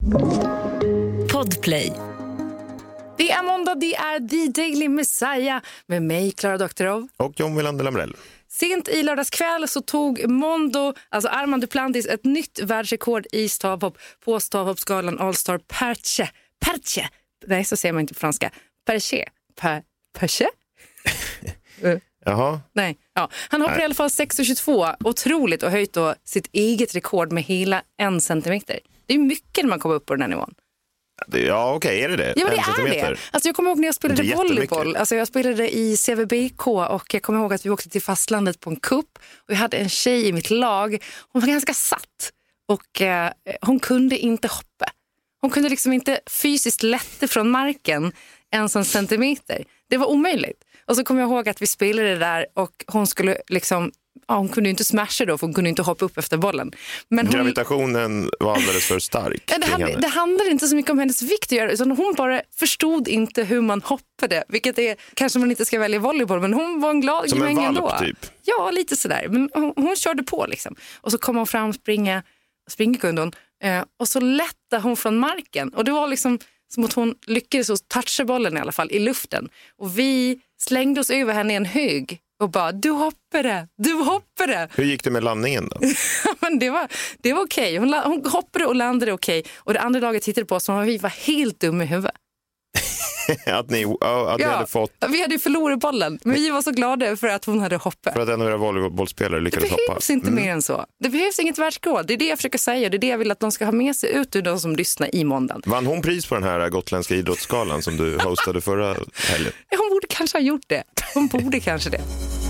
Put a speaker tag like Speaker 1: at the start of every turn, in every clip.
Speaker 1: Podplay.
Speaker 2: Det är måndag, det är The Daily Messiah med mig, Clara Doktorov.
Speaker 3: Och John Wilander Lamrell.
Speaker 2: Sent i lördagskväll så tog Mondo, alltså Armand Duplantis, ett nytt världsrekord i stavhopp på stavhoppsgalan All-Star Perche. Nej, så säger man inte på franska. Perche?
Speaker 3: Jaha.
Speaker 2: Nej, ja. Han hoppar i alla fall 6,22. Otroligt, och höjt då sitt eget rekord med hela 1 centimeter. Det är mycket när man kommer upp på den här nivån.
Speaker 3: Ja, okej, är det det?
Speaker 2: Ja, men det är det. Alltså, jag kommer ihåg när jag spelade volleyboll. Alltså, jag spelade i CVBK och jag kommer ihåg att vi åkte till fastlandet på en kupp. Och jag hade en tjej i mitt lag. Hon var ganska satt. Och hon kunde inte hoppa. Hon kunde liksom inte fysiskt lätta från marken ens 1 centimeter. Det var omöjligt. Och så kommer jag ihåg att vi spelade det där och hon skulle liksom... Ja, hon kunde ju inte smasha då, för hon kunde inte hoppa upp efter bollen. Men
Speaker 3: gravitationen var alldeles för stark.
Speaker 2: Det handlar inte så mycket om hennes vikt att göra, utan hon bara förstod inte hur man hoppade. Vilket är, kanske man inte ska välja volleyboll, men hon var en glad
Speaker 3: som en valp
Speaker 2: ändå.
Speaker 3: Typ?
Speaker 2: Ja, lite sådär. Men hon körde på liksom. Och så kom hon fram, springa kunde hon. Och så lättade hon från marken. Och det var liksom som att hon lyckades toucha bollen i alla fall i luften. Och vi slängde oss över henne i en hög. Och bara, du hoppade.
Speaker 3: Hur gick det med landningen då?
Speaker 2: Men det var okej. Hon hoppade och landade okej. Och det andra laget tittade på oss som vi var helt dumma i huvudet.
Speaker 3: att ni hade fått...
Speaker 2: Vi hade ju förlorat bollen. Men vi var så glada för att hon hade hoppat.
Speaker 3: För att en av era volleybollspelare lyckades hoppa.
Speaker 2: Det behövs inte mer än så. Det behövs inget världsrekord. Det är det jag försöker säga. Det är det jag vill att de ska ha med sig ut ur de som lyssnar i måndagen.
Speaker 3: Vann hon pris på den här gotländska idrottsskalan som du hostade förra helgen?
Speaker 2: Hon borde kanske ha gjort det. Hon borde kanske det.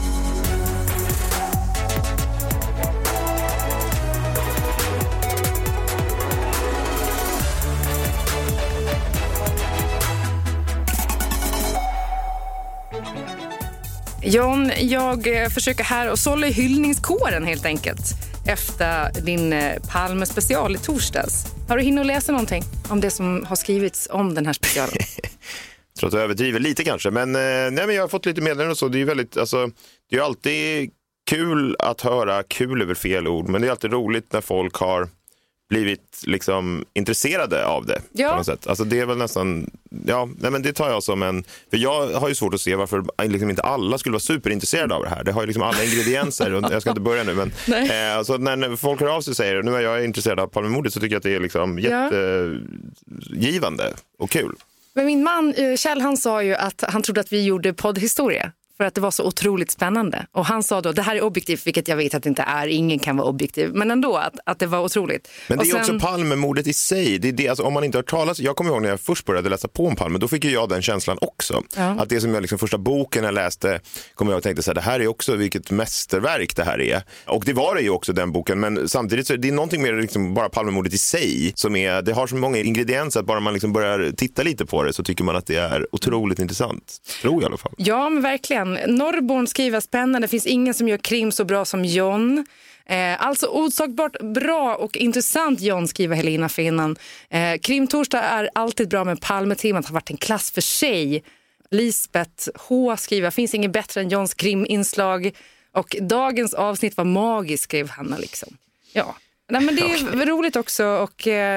Speaker 2: John, jag försöker här och sålla i hyllningskåren helt enkelt efter din Palme-special i torsdags. Har du hinnat att läsa någonting om det som har skrivits om den här specialen?
Speaker 3: Jag tror att jag överdriver lite kanske, men jag har fått lite meddelanden och så. Det är väldigt, alltså, det är alltid kul att höra kul över fel ord, men det är alltid roligt när folk har blivit liksom intresserade av det på något sätt. Alltså det är väl nästan, men det tar jag som en, för jag har ju svårt att se varför liksom inte alla skulle vara superintresserade av det här. Det har ju liksom alla ingredienser och jag ska inte börja nu, men alltså när folk hör av sig och säger nu är jag intresserad av Palmemordet, så tycker jag att det är liksom jättegivande och kul.
Speaker 2: Men min man Kjell, han sa ju att han trodde att vi gjorde poddhistoria för att det var så otroligt spännande. Och han sa då, det här är objektivt, vilket jag vet att det inte är. Ingen kan vara objektiv. Men ändå att det var otroligt.
Speaker 3: Men det är också Palmemordet i sig. Det är det, alltså, om man inte har talat. Jag kommer ihåg när jag först började läsa på om Palme, då fick ju jag den känslan också. Ja. Att det som jag liksom första boken jag läste, kommer jag och tänkte så här, det här är också vilket mästerverk det här är. Och det var det ju också, den boken. Men samtidigt så är det någonting mer liksom bara Palmemordet i sig som är, det har så många ingredienser att bara man liksom börjar titta lite på det så tycker man att det är otroligt intressant. Tror jag i alla fall.
Speaker 2: Ja, men verkligen. Norrborn skriver spännande. Det finns ingen som gör krim så bra som John. Alltså osagbart bra och intressant, John, skriver Helena Finnan. Krimtorsdag är alltid bra, med Palmetemat har varit en klass för sig. Lisbeth H skriver, finns inget bättre än Johns kriminslag. Och dagens avsnitt var magiskt, skrev Hanna liksom. Ja. Nej, men det är roligt också, och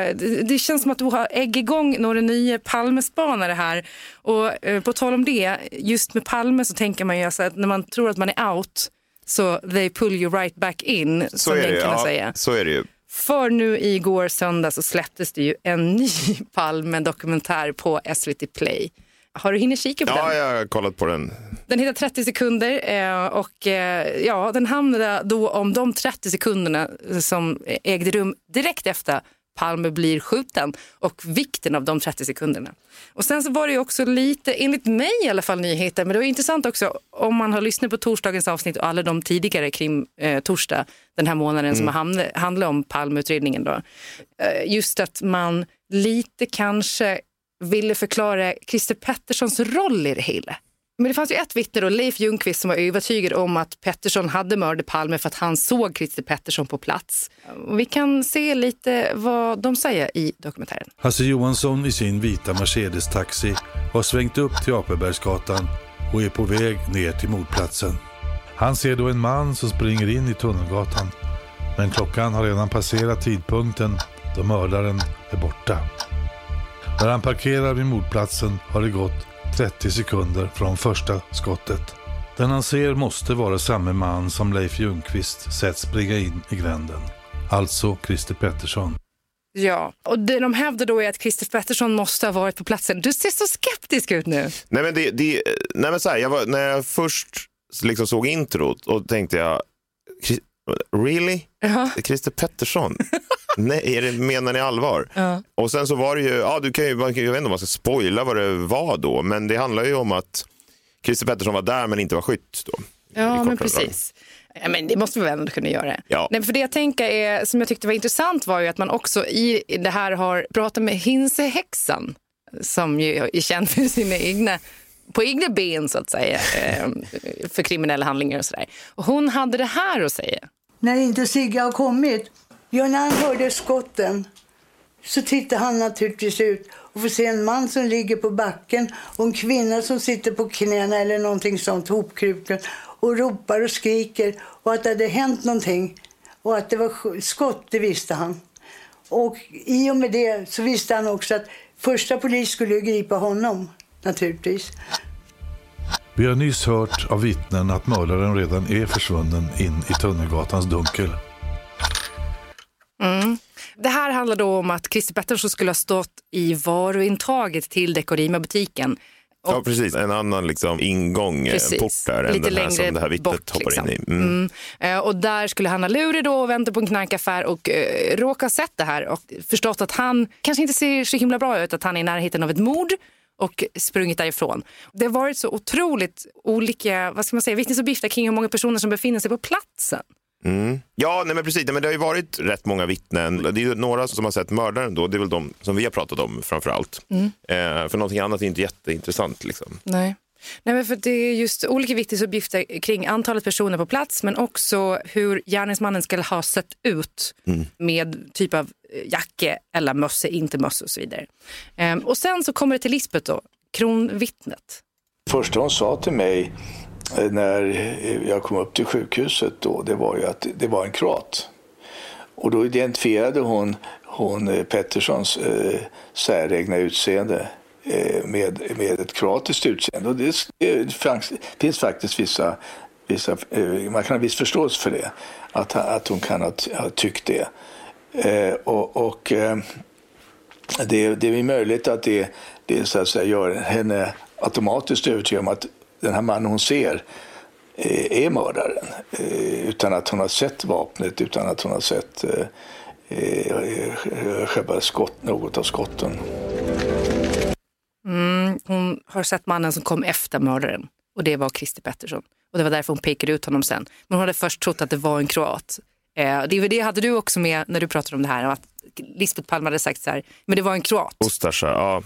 Speaker 2: det känns som att du har ägg igång några nya Palmespanare här. Och på tal om det, just med Palme så tänker man ju alltså att när man tror att man är out, så they pull you right back in,
Speaker 3: så
Speaker 2: som
Speaker 3: är det,
Speaker 2: kan säga.
Speaker 3: Så är det ju.
Speaker 2: För nu igår söndag så släpptes det ju en ny Palme-dokumentär på SVT Play. Har du hinnit kika på den?
Speaker 3: Ja, jag har kollat på den.
Speaker 2: Den heter 30 sekunder och den handlade då om de 30 sekunderna som ägde rum direkt efter Palme blir skjuten och vikten av de 30 sekunderna. Och sen så var det ju också lite, enligt mig i alla fall, nyheter, men det var intressant också om man har lyssnat på torsdagens avsnitt och alla de tidigare kring torsdag den här månaden som handlar om Palmeutredningen då. Just att man lite kanske ville förklara Christer Petterssons roll i det hela. Men det fanns ju ett vittne då, Leif Ljungqvist, som var övertygad om att Pettersson hade mördat Palme för att han såg Christer Pettersson på plats. Och vi kan se lite vad de säger i dokumentären.
Speaker 4: Hasse Johansson i sin vita Mercedes-taxi har svängt upp till Apebergsgatan och är på väg ner till mordplatsen. Han ser då en man som springer in i Tunnelgatan. Men klockan har redan passerat tidpunkten då mördaren är borta. När han parkerar vid mordplatsen har det gått 30 sekunder från första skottet. Den han ser måste vara samma man som Leif Ljungqvist sett springa in i gränden. Alltså Christer Pettersson.
Speaker 2: Ja, och det de hävdar då är att Christer Pettersson måste ha varit på platsen. Du ser så skeptisk ut nu.
Speaker 3: Nej men så här, när jag först liksom såg introt och tänkte jag, really? Christer Pettersson? Nej, menar ni allvar? Och sen så var det ju, jag vet inte om man ska spoila vad det var då, men det handlar ju om att Christer Pettersson var där men inte var skytt då.
Speaker 2: Ja, men precis. Ja, men det måste vi väl ändå kunna göra.
Speaker 3: Ja.
Speaker 2: Nej, för det jag tänker är, som jag tyckte var intressant var ju att man också i det här har pratat med Hinsehäxan, som ju är känd för sina egna ben så att säga, för kriminella handlingar och sådär. Och hon hade det här att säga.
Speaker 1: När inte Sigge har kommit, när han hörde skotten så tittar han naturligtvis ut och får se en man som ligger på backen och en kvinna som sitter på knäna eller någonting sånt hopkruten och ropar och skriker och att det hade hänt någonting och att det var skott, det visste han. Och i och med det så visste han också att första polis skulle gripa honom, naturligtvis.
Speaker 4: Vi har nyss hört av vittnen att mördaren redan är försvunnen in i Tunnelgatans dunkel.
Speaker 2: Det här handlar då om att Christer Pettersson skulle ha stått i varuintaget till Dekorima-butiken.
Speaker 3: Ja, precis. En annan liksom ingång, port där, än den här som det här vittnet hoppar liksom in i.
Speaker 2: Och där skulle han ha lurat då och vänta på en knarkaffär och råka ha sett det här och förstått att han kanske inte ser så himla bra ut, att han är i närheten av ett mord och sprungit därifrån. Det har varit så otroligt olika, vad ska man säga, vittnesuppgifter kring hur många personer som befinner sig på platsen.
Speaker 3: Ja, nej men precis. Men det har ju varit rätt många vittnen. Det är ju några som har sett mördaren då. Det är väl de som vi har pratat om framförallt. För någonting annat är inte jätteintressant liksom.
Speaker 2: Nej, men för det är just olika vittnesuppgifter kring antalet personer på plats, men också hur gärningsmannen ska ha sett ut med typ av jacke eller mössa, inte mössa och så vidare. Och sen så kommer det till Lisbeth då, kronvittnet.
Speaker 5: Första hon sa till mig när jag kom upp till sjukhuset då, det var ju att det var en kroat. Och då identifierade hon Petterssons säregna utseende med ett kroatiskt utseende. Och det finns faktiskt vissa man kan ha viss förståelse för det, att hon kan ha tyckt det. Det är möjligt att det så att säga gör henne automatiskt övertygad om att den här mannen hon ser är mördaren, utan att hon har sett vapnet, utan att hon har sett själva något av skotten.
Speaker 2: Hon har sett mannen som kom efter mördaren, och det var Christer Pettersson. Och det var därför hon pekade ut honom sen. Men hon hade först trott att det var en kroat. Det hade du också med när du pratade om det här, att Lisbeth Palme hade sagt så här, men det var en kroat.
Speaker 3: Ustasja,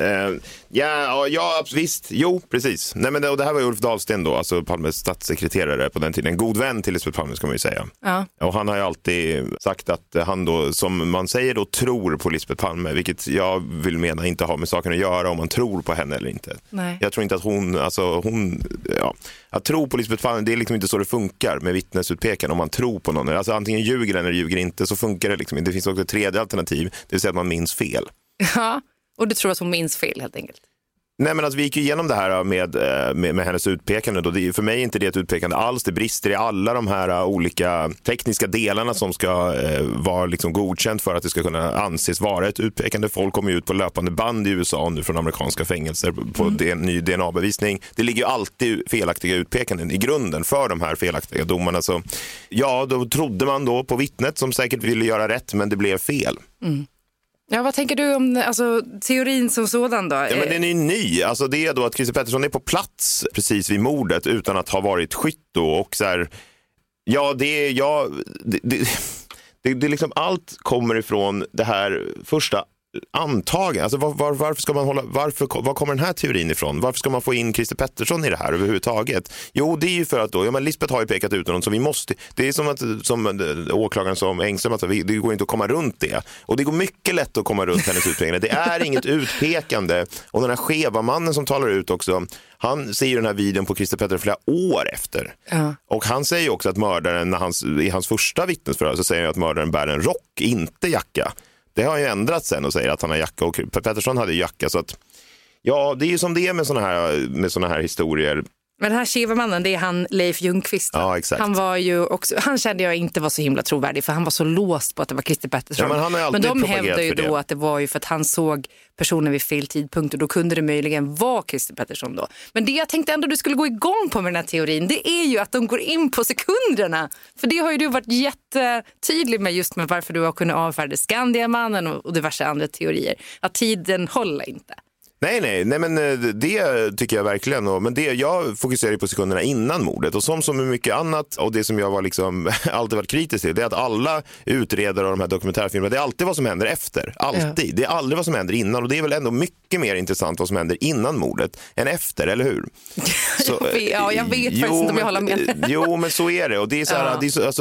Speaker 3: ja. Visst, jo, precis. Nej, men det här var ju Ulf Dahlsten då, alltså Palmes statssekreterare på den tiden. En god vän till Lisbeth Palme, ska man ju säga. Ja. Och han har ju alltid sagt att han då, som man säger då, tror på Lisbeth Palme, vilket jag vill mena inte har med saken att göra om man tror på henne eller inte. Nej. Jag tror inte att att tro på Lisbeth Palme, det är liksom inte så det funkar med vittnesutpekan om man tror på någon. Alltså antingen ljuger eller ljuger inte, så funkar det liksom. Det finns också ett tredje alternativ, det vill säga att man minns fel. Ja,
Speaker 2: och du tror att hon minns fel helt enkelt?
Speaker 3: Nej, men alltså, vi gick ju igenom det här med hennes utpekande. Då. För mig är inte det ett utpekande alls. Det brister i alla de här olika tekniska delarna som ska vara liksom godkänt för att det ska kunna anses vara ett utpekande. Folk kommer ju ut på löpande band i USA nu från amerikanska fängelser på ny DNA-bevisning. Det ligger ju alltid felaktiga utpekanden i grunden för de här felaktiga domarna. Så, ja, då trodde man då på vittnet som säkert ville göra rätt, men det blev fel.
Speaker 2: Ja, vad tänker du om teorin som sådan då?
Speaker 3: Ja, men den är ny. Alltså det är då att Christer Pettersson är på plats precis vid mordet utan att ha varit skytt då. Och så här, det liksom allt kommer ifrån det här första antagen. Alltså varför ska man var kommer den här teorin ifrån? Varför ska man få in Christer Pettersson i det här överhuvudtaget? Jo, det är ju för att då, men Lisbeth har ju pekat ut honom, så vi måste, det är som åklagaren som Engström, att det går inte att komma runt det. Och det går mycket lätt att komma runt hennes utpekande. Det är inget utpekande. Och den här skeva mannen som talar ut också, han ser ju den här videon på Christer Pettersson flera år efter. Och han säger ju också att mördaren, i hans första vittnesförhör så säger han att mördaren bär en rock, inte jacka. Det har ju ändrats sen och säger att han har jacka, och Pettersson hade jacka, så att ja, det är ju som det är med såna här historier.
Speaker 2: Men den här Shiva-mannen, det är han Leif Ljungqvist.
Speaker 3: Ja, exakt.
Speaker 2: Han var ju också, han kände jag inte var så himla trovärdig, för han var så låst på att det var Christer Pettersson.
Speaker 3: Ja, men
Speaker 2: de hävdade ju då att det var ju för att han såg personen vid fel tidpunkt, och då kunde det möjligen vara Christer Pettersson då. Men det jag tänkte ändå du skulle gå igång på med den här teorin, det är ju att de går in på sekunderna. För det har ju du varit jättetydlig med, just med varför du har kunnat avfärda Skandiamannen och diverse andra teorier. Att tiden håller inte.
Speaker 3: Nej, men det tycker jag verkligen. Men det, jag fokuserar ju på sekunderna innan mordet, och som med mycket annat, och det som jag var liksom alltid varit kritisk till, det är att alla utredare av de här dokumentärfilmerna, det är alltid vad som händer efter. Alltid. Ja. Det är aldrig vad som händer innan, och det är väl ändå mycket mer intressant vad som händer innan mordet än efter, eller hur?
Speaker 2: Så, jag vet faktiskt inte om jag håller med.
Speaker 3: Jo, men så är det. Och det är så här,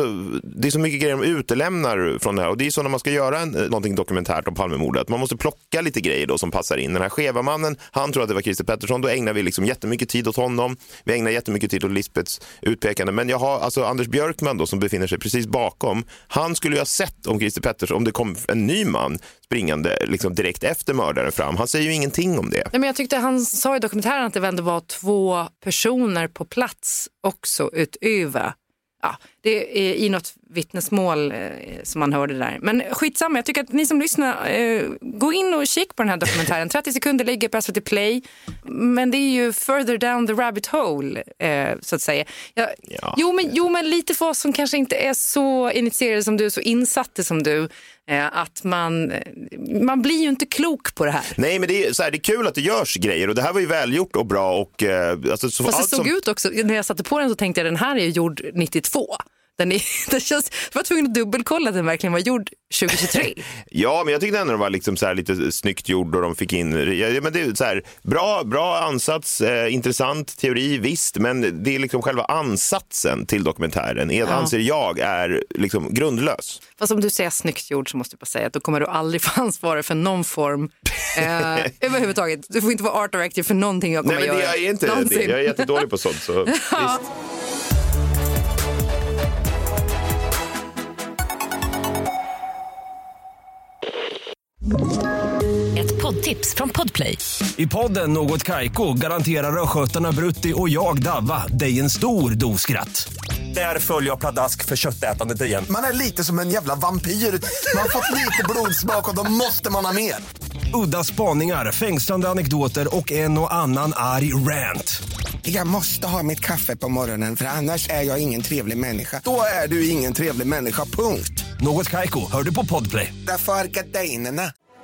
Speaker 3: det är så mycket grejer de utelämnar från det här, och det är så när man ska göra någonting dokumentärt om Palmemordet, man måste plocka lite grejer då som passar in. Den här skeva mannen, han tror att det var Christer Pettersson, då ägnar vi liksom jättemycket tid åt honom. Vi ägnar jättemycket tid åt Lisbeths utpekande. Men jag har alltså Anders Björkman då, som befinner sig precis bakom. Han skulle ju ha sett om Christer Pettersson, om det kom en ny man springande liksom direkt efter mördaren fram. Han säger ju ingenting om det.
Speaker 2: Nej, men jag tyckte han sa i dokumentären att det ändå var 2 personer på plats också utöver. Ja, det är i något vittnesmål som man hörde där. Men skitsamma, jag tycker att ni som lyssnar, gå in och kika på den här dokumentären. 30 sekunder ligger på SVT Play. Men det är ju further down the rabbit hole, så att säga. Ja. Jo, men lite för oss som kanske inte är så initierade som du, så insatte som du, att man blir ju inte klok på det här.
Speaker 3: Nej, men det är, så här, det är kul att det görs grejer, och det här var ju välgjort och bra. Och, alltså, så
Speaker 2: fast
Speaker 3: allt
Speaker 2: det såg
Speaker 3: som...
Speaker 2: ut också, när jag satte på den så tänkte jag den här är gjord 92. Den känns, jag var tvungen att dubbelkolla att den verkligen var gjord 2023.
Speaker 3: Ja, men jag tyckte ändå den var liksom så här lite snyggt gjord, och de fick in, men det är så här, bra ansats, intressant teori, visst, men det är liksom själva ansatsen till dokumentären, anser jag, är liksom grundlös.
Speaker 2: Fast om du säger snyggt gjord så måste jag bara säga att då kommer du aldrig få ansvara för någon form överhuvudtaget. Du får inte vara art director för någonting jag kommer göra.
Speaker 3: Nej, men jag är inte det. Jag är jättedålig på sånt, så visst.
Speaker 6: Ett poddtips från Podplay.
Speaker 7: I podden Något Kaiko garanterar skötarna Brutti och jag Davva dig en stor doskratt. Där följer jag pladask för köttätandet igen.
Speaker 8: Man är lite som en jävla vampyr. Man har fått lite blodsmak och då måste man ha mer.
Speaker 7: Udda spaningar, fängslande anekdoter och en och annan arg rant.
Speaker 8: Jag måste ha mitt kaffe på morgonen, för annars är jag ingen trevlig människa. Då är du ingen trevlig människa, punkt.
Speaker 7: Något Kaiko, hör du på Podplay.
Speaker 8: Därför är gardinerna.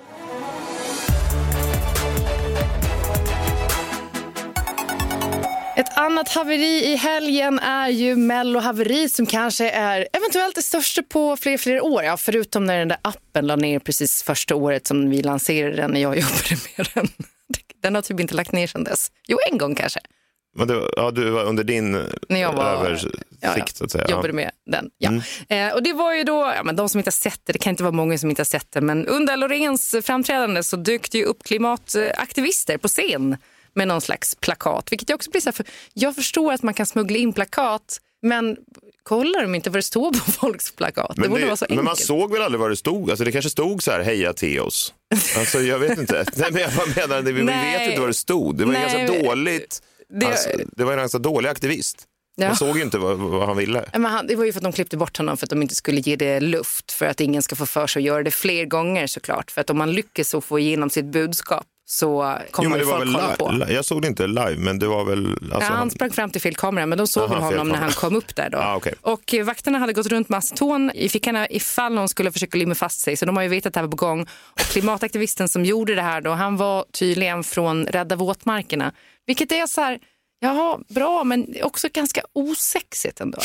Speaker 2: Ett annat haveri i helgen är ju Mello-haveri, som kanske är eventuellt det största på fler år. Ja, förutom när den där appen la ner precis första året som vi lanserade den, när jag jobbade med den. Den har typ inte lagt ner sedan dess. Jo, en gång kanske.
Speaker 3: Men du var under din översikt, så att säga.
Speaker 2: Jobbade med den, ja. Och det var ju då, men de som inte har sett det kan inte vara många som inte har sett det, men under Loreens framträdande så dök det ju upp klimataktivister på scen med någon slags plakat, vilket jag också blir så här, för jag förstår att man kan smuggla in plakat, men kollar de inte vad det står på folks plakat? Det borde vara så enkelt.
Speaker 3: Men man såg väl aldrig vad det stod? Alltså det kanske stod så här, heja Theos. Alltså jag vet inte. Nej, men jag menar, vi vet inte vad det stod. Det var ganska dåligt. Det var en ganska dålig aktivist. Man såg ju inte vad han ville.
Speaker 2: Men det var ju för att de klippte bort honom för att de inte skulle ge det luft, för att ingen ska få för sig att göra det fler gånger, såklart. För att om man lyckas så få igenom sitt budskap så kommer folk kolla på. Jag
Speaker 3: såg det inte live, men det var väl... Alltså,
Speaker 2: han sprang fram till fel kamera, men de såg väl honom när han kom upp där då.
Speaker 3: Okay.
Speaker 2: Och vakterna hade gått runt med aceton i fickorna ifall någon skulle försöka limma fast sig, så de har ju vetat att det här var på gång. Och klimataktivisten som gjorde det här då, han var tydligen från Rädda våtmarkerna. Vilket är så här, jaha, bra, men också ganska osexigt ändå.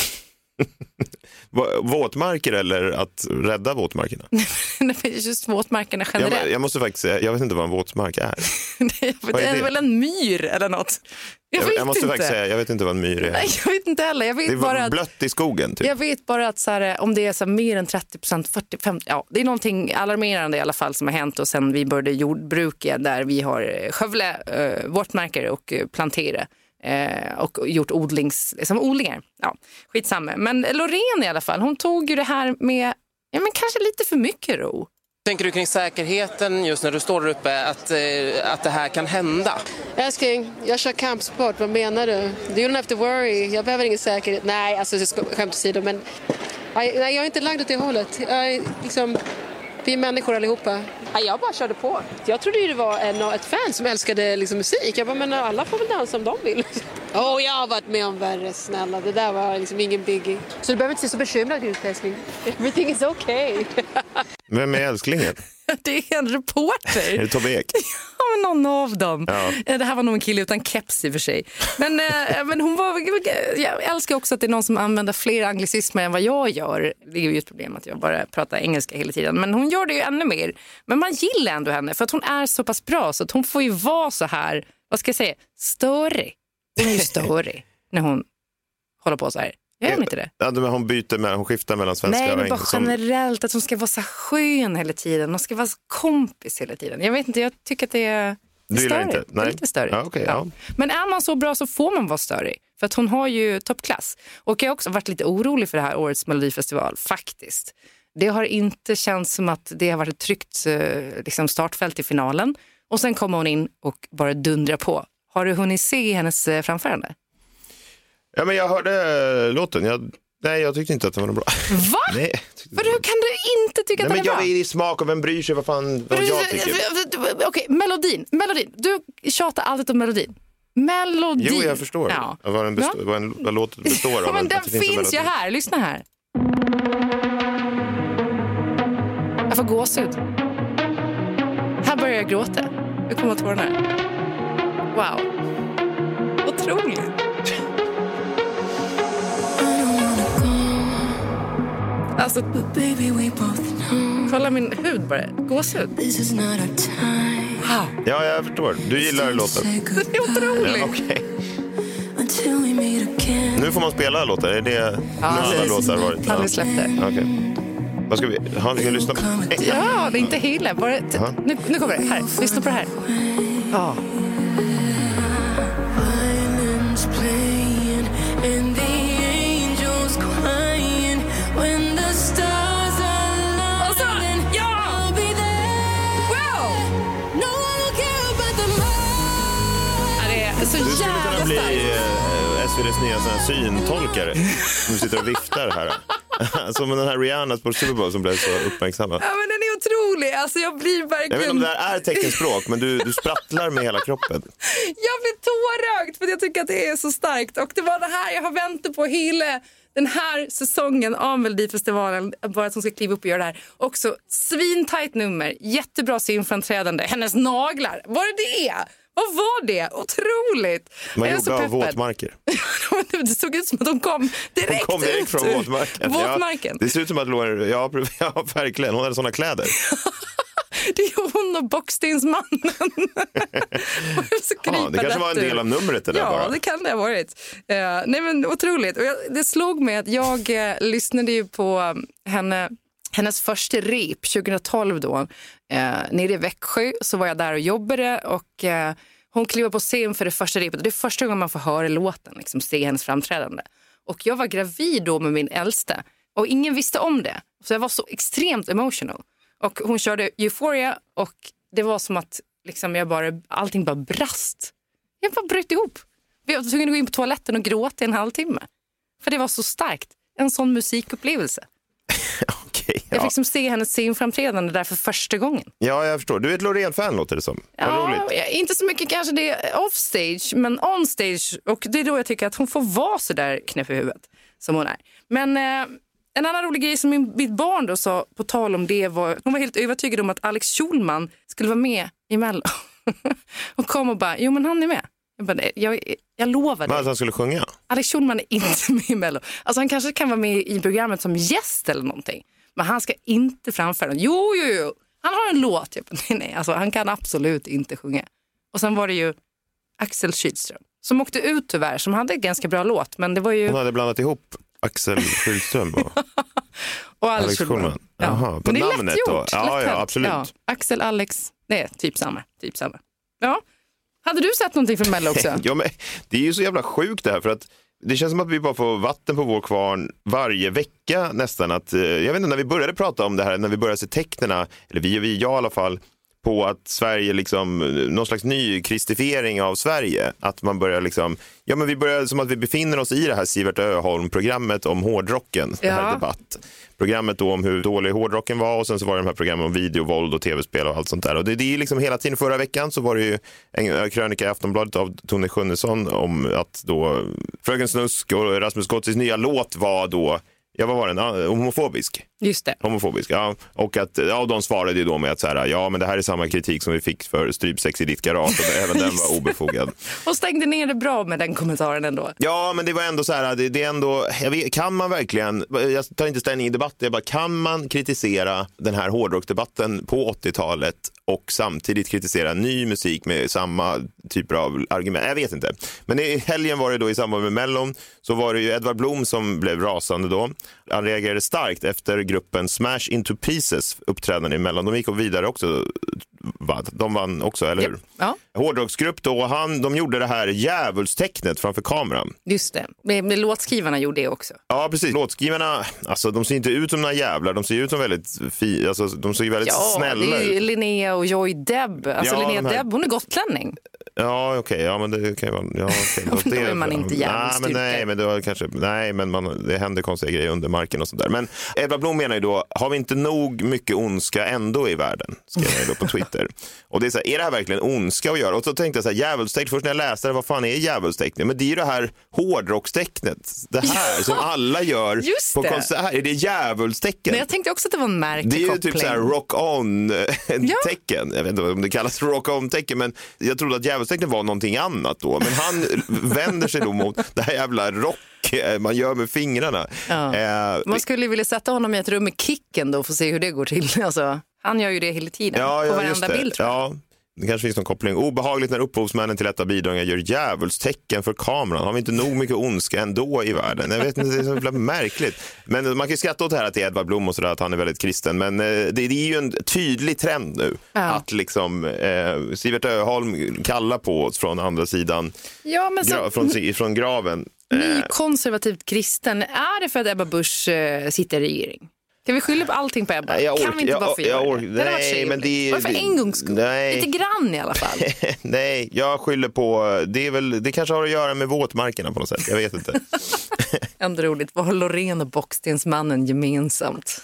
Speaker 3: Våtmarker eller att rädda våtmarkerna?
Speaker 2: Just våtmarkerna generellt.
Speaker 3: Jag måste faktiskt säga, jag vet inte vad en våtmark är.
Speaker 2: Det är väl en myr eller något. Jag måste
Speaker 3: faktiskt säga, jag vet inte vad en myr är.
Speaker 2: Nej, jag vet inte heller.
Speaker 3: Det är bara blött i skogen typ.
Speaker 2: Jag vet bara att så här, om det är så här, mer än 30%, 40-50%, ja, det är någonting alarmerande i alla fall som har hänt, och sen vi började jordbruka där vi har skövla våtmarker och plantera. Och gjort odlingar. Ja, skitsamma. Men Loreen i alla fall, hon tog ju det här med men kanske lite för mycket ro.
Speaker 9: Tänker du kring säkerheten just när du står där uppe att det här kan hända?
Speaker 10: Älskling, jag kör kampsport, vad menar du? You don't have to worry, jag behöver ingen säkerhet. Nej, alltså jag ska skämt åsido, men nej, jag är inte lagd åt det hållet. Jag är liksom, vi är människor allihopa. Nej, jag bara körde på. Jag trodde ju det var ett fan som älskade liksom musik. Jag bara, men alla får väl dansa om de vill. Jag har varit med om värre, snälla. Det där var liksom ingen biggie. Så du behöver inte se så bekymrad ut, älskling. Everything is okay.
Speaker 3: Vem är älsklingen?
Speaker 2: Det är en reporter.
Speaker 3: Är det Tobbe Ek?
Speaker 2: Ja, men någon av dem.
Speaker 3: Ja.
Speaker 2: Det här var nog en kille utan keps i och för sig. Men hon var... Jag älskar också att det är någon som använder fler anglicismer än vad jag gör. Det är ju ett problem att jag bara pratar engelska hela tiden. Men hon gör det ju ännu mer. Men man gillar ändå henne för att hon är så pass bra så att hon får ju vara så här, vad ska jag säga, störig. Hon är ju störig när hon håller på så här. Gör hon inte det?
Speaker 3: Ja, men hon skiftar mellan svenska och engelska.
Speaker 2: Nej, men bara generellt att hon ska vara så skön hela tiden. Hon ska vara kompis hela tiden. Jag vet inte, jag tycker att det är störigt. Inte? Nej. Det är lite störigt.
Speaker 3: Ja, okay, ja.
Speaker 2: Men är man så bra så får man vara större. För att hon har ju toppklass. Och jag har också varit lite orolig för det här årets Melodifestival, faktiskt. Det har inte känts som att det har varit ett tryggt liksom startfält i finalen. Och sen kommer hon in och bara dundrar på. Har du hunnit se hennes framförande?
Speaker 3: Ja, men jag hörde låten. Jag tyckte inte att den var bra.
Speaker 2: Va?
Speaker 3: Nej.
Speaker 2: För hur kan du inte tycka att den är bra?
Speaker 3: Jag är i smak och vem bryr sig vad jag tycker.
Speaker 2: Okej, melodin. Du tjatar alltid om melodin. Melodin.
Speaker 3: Jo, jag förstår. Ja. Vad låten består av.
Speaker 2: Men den finns ju här. Lyssna här. Jag får gåshud. Här börjar jag gråta. Jag kommer att tårna här. Wow. Otroligt. Alltså, kolla min hud bara. Gåshud. Wow.
Speaker 3: Ja, jag förstår. Du gillar låten.
Speaker 2: Det är otroligt.
Speaker 3: Ja, okay. Nu får man spela låtar. Är det alla låtar varit?
Speaker 2: Aldrig släppt det.
Speaker 3: Okay. Vad ska vi lyssna på?
Speaker 2: Ja, det är inte hela. Nu kommer det. Här, lyssna på det här. Ja. Så
Speaker 3: du skulle kunna bli SVDs nya syntolkare som sitter och viftar här. Som den här Rihanna på Super Bowl som blev så uppmärksammad.
Speaker 2: Ja, men den är otrolig. Alltså jag blir verkligen...
Speaker 3: Jag vet inte om det här är teckenspråk, men du sprattlar med hela kroppen.
Speaker 2: Jag blir tårögd för jag tycker att det är så starkt. Och det var det här jag har väntat på hela den här säsongen av Melodifestivalen. Bara att hon ska kliva upp och göra det här. Också svintajt nummer. Jättebra synframträdande. Hennes naglar. Var det? Vad var det? Otroligt.
Speaker 3: Man gjorde av våtmarker.
Speaker 2: Det såg ut som att de kom direkt
Speaker 3: från våtmarken.
Speaker 2: Våtmarken.
Speaker 3: Ja, det ser ut som att ja, verkligen. Hon hade såna kläder.
Speaker 2: Det är hon och Bockstensmannen.
Speaker 3: Det kanske var en del av numret. Eller bara.
Speaker 2: Det kan det ha varit. Nej, men otroligt. Och det slog mig att jag lyssnade ju på hennes första rep 2012 då. Nere i Växjö så var jag där och jobbade och hon klev på scen för det första repet. Och det är första gången man får höra låten, liksom, se hennes framträdande. Och jag var gravid då med min äldste och ingen visste om det. Så jag var så extremt emotional. Och hon körde Euphoria och det var som att liksom, allting bara brast. Jag bara bröt ihop. Vi var tvungna att gå in på toaletten och gråta en halvtimme. För det var så starkt. En sån musikupplevelse.
Speaker 3: Okay, ja.
Speaker 2: Jag fick som se hennes scenframträdande där för första gången.
Speaker 3: Ja, jag förstår. Du är ett Loreen-fan, låter det som.
Speaker 2: Inte så mycket kanske det är offstage, men onstage. Och det är då jag tycker att hon får vara så där knäpp i huvudet som hon är. Men en annan rolig grej som mitt barn då sa på tal om det var... Hon var helt övertygad om att Alex Schulman skulle vara med i Mello. Och kom och bara, jo men han är med. Jag lovar dig.
Speaker 3: Att han skulle sjunga?
Speaker 2: Alex Schulman är inte med i Mello. Alltså han kanske kan vara med i programmet som gäst eller någonting. Men han ska inte framföra den. Jo. Han har en låt. Nej, alltså han kan absolut inte sjunga. Och sen var det ju Axel Kylström som åkte ut tyvärr. Som hade en ganska bra låt. Men det var ju...
Speaker 3: Hon hade blandat ihop Axel Kylström
Speaker 2: och Alex Schulman.
Speaker 3: Jaha, på
Speaker 2: men det är
Speaker 3: namnet
Speaker 2: lätt
Speaker 3: då.
Speaker 2: Gjort,
Speaker 3: Ja, absolut. Ja.
Speaker 2: Axel, Alex, det är typ samma. Ja. Hade du sett någonting från Mello också?
Speaker 3: Ja, men det är ju så jävla sjukt det här för att det känns som att vi bara får vatten på vår kvarn varje vecka nästan. Att, jag vet inte, när vi började prata om det här, när vi började se tecknena, eller jag i alla fall, på att Sverige liksom, någon slags ny kristifiering av Sverige. Att man börjar liksom, ja men vi börjar som att vi befinner oss i det här Sivert Öholm-programmet om hårdrocken, det här debattprogrammet då om hur dålig hårdrocken var, och sen så var det de här programmen om videovåld och tv-spel och allt sånt där. Och det är liksom hela tiden, förra veckan så var det ju en krönika i Aftonbladet av Tone Schunnesson om att då Fröken Snusk och Rasmus Gottis nya låt var då, ja vad var den? Homofobisk.
Speaker 2: Just det.
Speaker 3: Homofobisk, ja. Och att, ja, de svarade ju då med att så här, ja men det här är samma kritik som vi fick för strypsex i ditt garage, och även den var obefogad.
Speaker 2: Och stängde ner det bra med den kommentaren ändå. Ja,
Speaker 3: men det var ändå så här, det är ändå, kan man verkligen, jag tar inte ställning i debatten, jag bara, kan man kritisera den här hårdrockdebatten på 80-talet och samtidigt kritisera ny musik med samma typer av argument? Jag vet inte. Men i helgen var det då i samband med Mellon, så var det ju Edvard Blom som blev rasande då. Han reagerade starkt efter gruppen Smash Into Pieces uppträdande i Mellon. De gick vidare också. De vann också, eller hur?
Speaker 2: Ja.
Speaker 3: Hårdrocksgrupp då, de gjorde det här djävulstecknet framför kameran.
Speaker 2: Just det. Men låtskrivarna gjorde det också.
Speaker 3: Ja, precis. Låtskrivarna, alltså de ser inte ut som några jävlar. De ser ut som väldigt alltså de ser väldigt snälla ut. Ja, det är
Speaker 2: Linnea och Joy Deb. Alltså Linnea Deb, hon är gotlänning.
Speaker 3: Ja, okej. Ja, men det kan ju vara... Ja, okay.
Speaker 2: Då är man inte jävligt
Speaker 3: Nej, men det händer konstiga grejer under marken och sånt där. Men Edvard Blom menar ju då, har vi inte nog mycket ondska ändå i världen? Skrev jag då på Twitter. Och det är så här, är det här verkligen ondska att göra? Och så tänkte jag så här, djävulstecknet, först när jag läste det, vad fan är djävulstecknet? Men det är ju det här hårdrockstecknet. Det här som alla gör på konserter. Är det djävulstecken?
Speaker 2: Men jag tänkte också att det var en märklig
Speaker 3: koppling. Det är ju
Speaker 2: typ
Speaker 3: så här rock-on-tecken. Jag vet inte om det kallas rock-on-tecken, men jag trodde att djävulstecknet var någonting annat då. Men han vänder sig då mot det här jävla rock man gör med fingrarna.
Speaker 2: Ja. Man skulle vilja sätta honom i ett rum med Kicken då för att se hur det går till. Alltså, han gör ju det hela tiden på varenda bild, tror jag.
Speaker 3: Ja. Det kanske finns någon koppling. Obehagligt när upphovsmännen till detta bidrag gör djävulstecken för kameran. Har vi inte nog mycket ondska ändå i världen? Jag vet inte, det är så märkligt. Men man kan ju skratta åt det här att det är Edvard Blom och sådär, att han är väldigt kristen. Men det är ju en tydlig trend nu. Ja. Att liksom Sivert Öholm kallar på oss från andra sidan. Ja, men från graven.
Speaker 2: Ny konservativt kristen. Är det för att Ebba Busch sitter i regering? Kan vi skylla på allting på Ebba? Kan vi inte bara få göra det?
Speaker 3: Nej, men det är...
Speaker 2: Varför en gångs skull? Lite grann i alla fall.
Speaker 3: Nej, jag skyller på... Det kanske har att göra med våtmarkerna på något sätt. Jag vet inte.
Speaker 2: Ändå roligt. Vad har Loreen och Bockstensmannen gemensamt?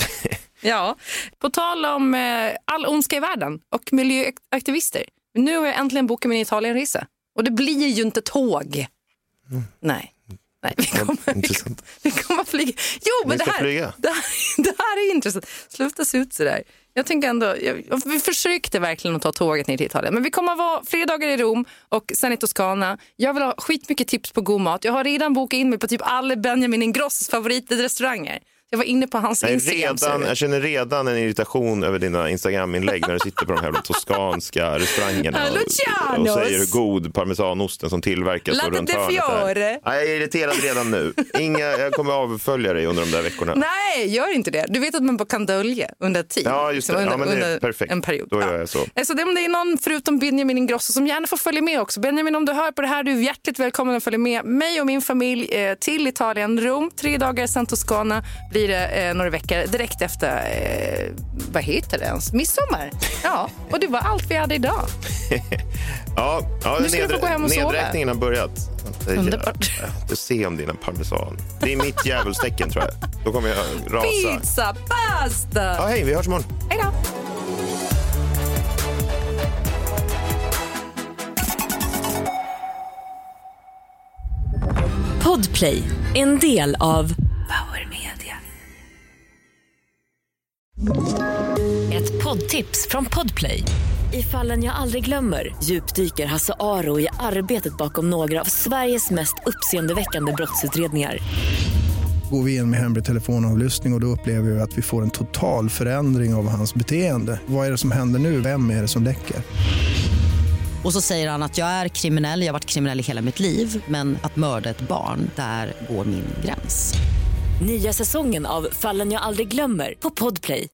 Speaker 2: Ja, på tal om all ondska i världen och miljöaktivister. Nu har jag äntligen bokat min Italienresa. Och det blir ju inte tåg. Nej, vi kommer flyga. Jo, men det här är intressant. Sluta se ut så där. Jag tänker ändå, vi försökte verkligen att ta tåget ner till Italien. Men vi kommer att vara 3 dagar i Rom och sen i Toscana. Jag vill ha skitmycket tips på god mat. Jag har redan bokat in mig på typ alla Benjamin Ingrossos favoritrestauranger. Jag var inne på hans Instagram.
Speaker 3: Jag känner redan en irritation över dina Instagram-inlägg när du sitter på de här toskanska restaurangerna och säger hur god parmesanosten som tillverkas runt hörnet. Jag är irriterad redan nu. Jag kommer avfölja dig under de där veckorna.
Speaker 2: Nej, gör inte det. Du vet att man bara kan dölja under tid.
Speaker 3: Ja, just det. Under perfekt.
Speaker 2: En period.
Speaker 3: Då gör jag så.
Speaker 2: Så det är någon förutom Benjamin Ingrosso som gärna får följa med också. Benjamin, om du hör på det här, du är hjärtligt välkommen att följa med mig och min familj till Italien. Rom, 3 dagar, sen Toscana. Blir det några veckor direkt efter vad heter det ens? Midsommar. Ja, och det var allt vi hade idag.
Speaker 3: Ja,
Speaker 2: nu ska du få gå hem och sova.
Speaker 3: Nedräkningen har börjat.
Speaker 2: Underbart.
Speaker 3: Du ser om dina parmesan. Det är mitt djävulstecken, tror jag. Då kommer jag rasa.
Speaker 2: Pizza, pasta.
Speaker 3: Ja, hej, vi hörs imorgon.
Speaker 2: Hej då.
Speaker 6: Podplay, en del av
Speaker 11: Power Media.
Speaker 6: Ett poddtips från Podplay. I Fallen jag aldrig glömmer djupdyker Hasse Aro i arbetet bakom några av Sveriges mest uppseendeväckande brottsutredningar.
Speaker 12: Går vi in med hemlig telefonavlyssning och då upplever vi att vi får en total förändring av hans beteende. Vad är det som händer nu? Vem är det som läcker?
Speaker 13: Och så säger han att jag är kriminell, jag har varit kriminell i hela mitt liv. Men att mörda ett barn, där går min gräns.
Speaker 6: Nya säsongen av Fallen jag aldrig glömmer på Podplay.